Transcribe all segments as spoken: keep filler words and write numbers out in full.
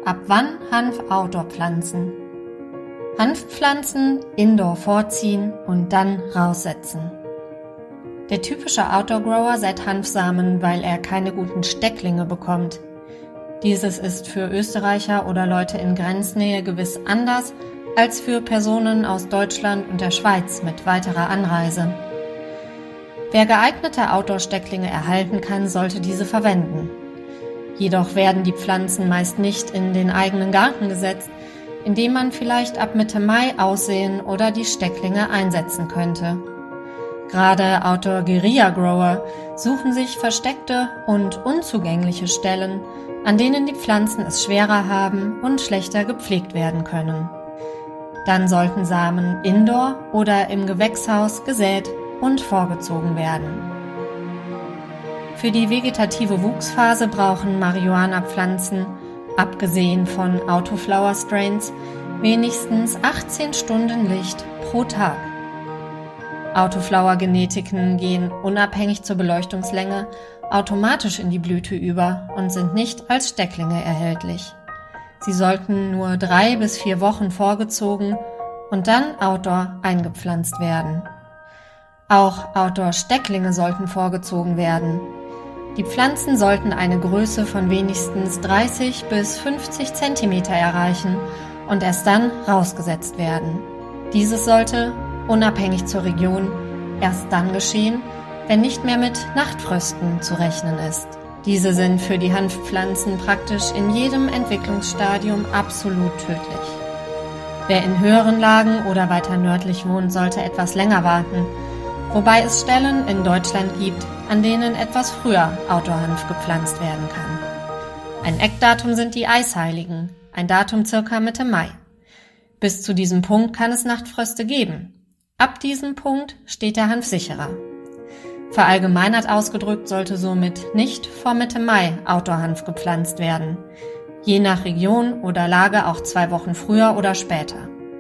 Ab wann Hanf Outdoor pflanzen? Hanfpflanzen Indoor vorziehen und dann raussetzen. Der typische Outdoor-Grower sät Hanfsamen, weil er keine guten Stecklinge bekommt. Dieses ist für Österreicher oder Leute in Grenznähe gewiss anders als für Personen aus Deutschland und der Schweiz mit weiterer Anreise. Wer geeignete Outdoor-Stecklinge erhalten kann, sollte diese verwenden. Jedoch werden die Pflanzen meist nicht in den eigenen Garten gesetzt, indem man vielleicht ab Mitte Mai aussehen oder die Stecklinge einsetzen könnte. Gerade Outdoor-Guerilla-Grower suchen sich versteckte und unzugängliche Stellen, an denen die Pflanzen es schwerer haben und schlechter gepflegt werden können. Dann sollten Samen indoor oder im Gewächshaus gesät und vorgezogen werden. Für die vegetative Wuchsphase brauchen Marihuana-Pflanzen, abgesehen von Autoflower-Strains, wenigstens achtzehn Stunden Licht pro Tag. Autoflower-Genetiken gehen unabhängig zur Beleuchtungslänge automatisch in die Blüte über und sind nicht als Stecklinge erhältlich. Sie sollten nur drei bis vier Wochen vorgezogen und dann outdoor eingepflanzt werden. Auch Outdoor-Stecklinge sollten vorgezogen werden. Die Pflanzen sollten eine Größe von wenigstens dreißig bis fünfzig Zentimeter erreichen und erst dann rausgesetzt werden. Dieses sollte, unabhängig zur Region, erst dann geschehen, wenn nicht mehr mit Nachtfrösten zu rechnen ist. Diese sind für die Hanfpflanzen praktisch in jedem Entwicklungsstadium absolut tödlich. Wer in höheren Lagen oder weiter nördlich wohnt, sollte etwas länger warten, wobei es Stellen in Deutschland gibt, an denen etwas früher Outdoor-Hanf gepflanzt werden kann. Ein Eckdatum sind die Eisheiligen, ein Datum circa Mitte Mai. Bis zu diesem Punkt kann es Nachtfröste geben. Ab diesem Punkt steht der Hanf sicherer. Verallgemeinert ausgedrückt sollte somit nicht vor Mitte Mai Outdoor-Hanf gepflanzt werden, je nach Region oder Lage auch zwei Wochen früher oder später.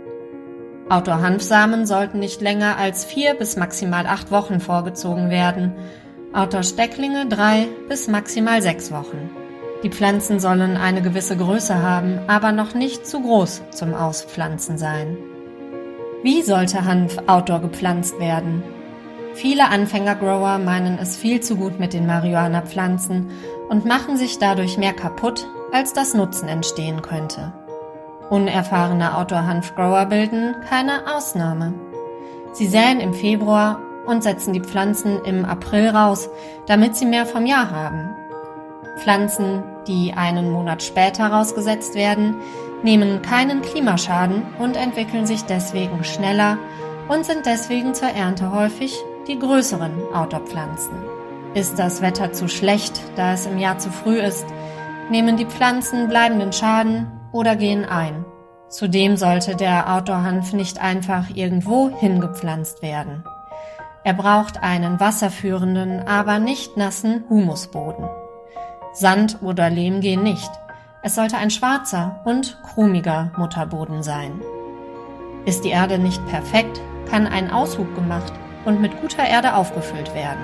Outdoor-Hanfsamen sollten nicht länger als vier bis maximal acht Wochen vorgezogen werden, Outdoor-Stecklinge drei bis maximal sechs Wochen. Die Pflanzen sollen eine gewisse Größe haben, aber noch nicht zu groß zum Auspflanzen sein. Wie sollte Hanf outdoor gepflanzt werden? Viele Anfänger-Grower meinen es viel zu gut mit den Marihuana-Pflanzen und machen sich dadurch mehr kaputt, als dass Nutzen entstehen könnte. Unerfahrene Outdoor-Hanf-Grower bilden keine Ausnahme. Sie säen im Februar und setzen die Pflanzen im April raus, damit sie mehr vom Jahr haben. Pflanzen, die einen Monat später rausgesetzt werden, nehmen keinen Klimaschaden und entwickeln sich deswegen schneller und sind deswegen zur Ernte häufig die größeren Outdoor-Pflanzen. Ist das Wetter zu schlecht, da es im Jahr zu früh ist, nehmen die Pflanzen bleibenden Schaden oder gehen ein. Zudem sollte der Outdoor-Hanf nicht einfach irgendwo hingepflanzt werden. Er braucht einen wasserführenden, aber nicht nassen Humusboden. Sand oder Lehm gehen nicht. Es sollte ein schwarzer und krumiger Mutterboden sein. Ist die Erde nicht perfekt, kann ein Aushub gemacht und mit guter Erde aufgefüllt werden.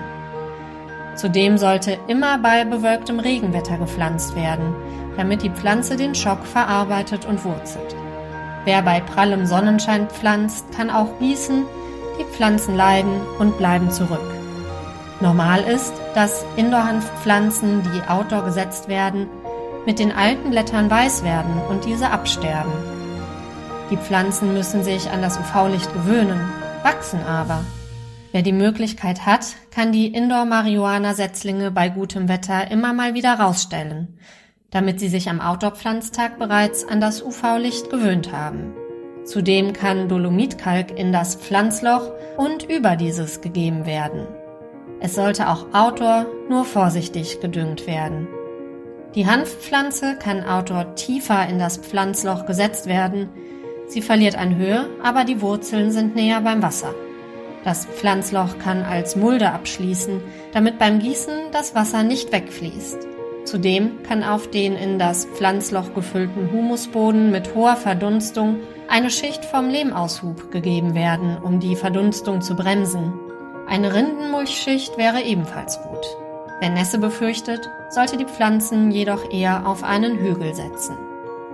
Zudem sollte immer bei bewölktem Regenwetter gepflanzt werden, damit die Pflanze den Schock verarbeitet und wurzelt. Wer bei prallem Sonnenschein pflanzt, kann auch gießen, die Pflanzen leiden und bleiben zurück. Normal ist, dass Indoor-Hanfpflanzen, die outdoor gesetzt werden, mit den alten Blättern weiß werden und diese absterben. Die Pflanzen müssen sich an das U V-Licht gewöhnen, wachsen aber. Wer die Möglichkeit hat, kann die Indoor-Marihuana-Setzlinge bei gutem Wetter immer mal wieder rausstellen, damit sie sich am Outdoor-Pflanztag bereits an das U V-Licht gewöhnt haben. Zudem kann Dolomitkalk in das Pflanzloch und über dieses gegeben werden. Es sollte auch outdoor nur vorsichtig gedüngt werden. Die Hanfpflanze kann outdoor tiefer in das Pflanzloch gesetzt werden. Sie verliert an Höhe, aber die Wurzeln sind näher beim Wasser. Das Pflanzloch kann als Mulde abschließen, damit beim Gießen das Wasser nicht wegfließt. Zudem kann auf den in das Pflanzloch gefüllten Humusboden mit hoher Verdunstung eine Schicht vom Lehmaushub gegeben werden, um die Verdunstung zu bremsen. Eine Rindenmulchschicht wäre ebenfalls gut. Wer Nässe befürchtet, sollte die Pflanzen jedoch eher auf einen Hügel setzen.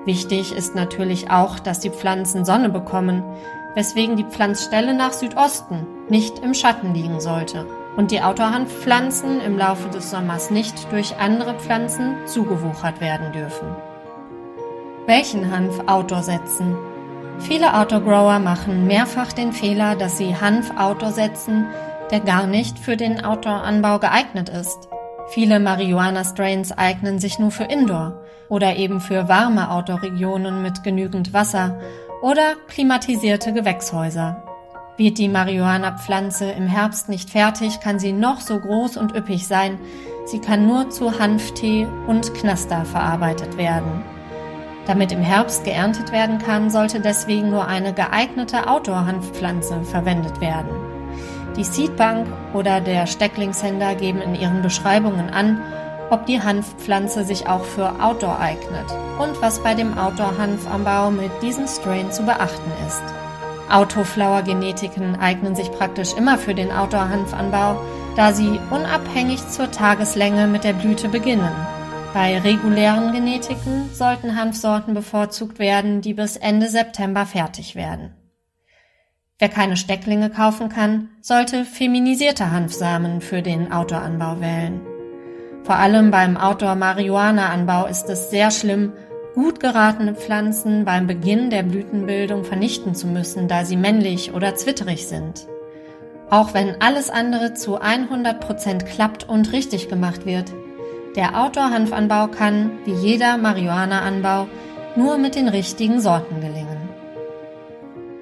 Wichtig ist natürlich auch, dass die Pflanzen Sonne bekommen, weswegen die Pflanzstelle nach Südosten, nicht im Schatten liegen sollte und die Outdoor-Hanfpflanzen im Laufe des Sommers nicht durch andere Pflanzen zugewuchert werden dürfen. Welchen Hanf Outdoor setzen? Viele Outdoor-Grower machen mehrfach den Fehler, dass sie Hanf Outdoor setzen, der gar nicht für den Outdoor-Anbau geeignet ist. Viele Marihuana-Strains eignen sich nur für Indoor oder eben für warme Outdoor-Regionen mit genügend Wasser oder klimatisierte Gewächshäuser. Wird die Marihuana-Pflanze im Herbst nicht fertig, kann sie noch so groß und üppig sein, sie kann nur zu Hanftee und Knaster verarbeitet werden. Damit im Herbst geerntet werden kann, sollte deswegen nur eine geeignete Outdoor-Hanfpflanze verwendet werden. Die Seedbank oder der Stecklingshändler geben in ihren Beschreibungen an, ob die Hanfpflanze sich auch für Outdoor eignet und was bei dem Outdoor-Hanfanbau mit diesem Strain zu beachten ist. Autoflower-Genetiken eignen sich praktisch immer für den Outdoor-Hanfanbau, da sie unabhängig zur Tageslänge mit der Blüte beginnen. Bei regulären Genetiken sollten Hanfsorten bevorzugt werden, die bis Ende September fertig werden. Wer keine Stecklinge kaufen kann, sollte feminisierte Hanfsamen für den Outdoor-Anbau wählen. Vor allem beim Outdoor-Marihuana-Anbau ist es sehr schlimm, gut geratene Pflanzen beim Beginn der Blütenbildung vernichten zu müssen, da sie männlich oder zwitterig sind. Auch wenn alles andere zu hundert Prozent klappt und richtig gemacht wird, der Outdoor-Hanfanbau kann, wie jeder Marihuana-Anbau, nur mit den richtigen Sorten gelingen.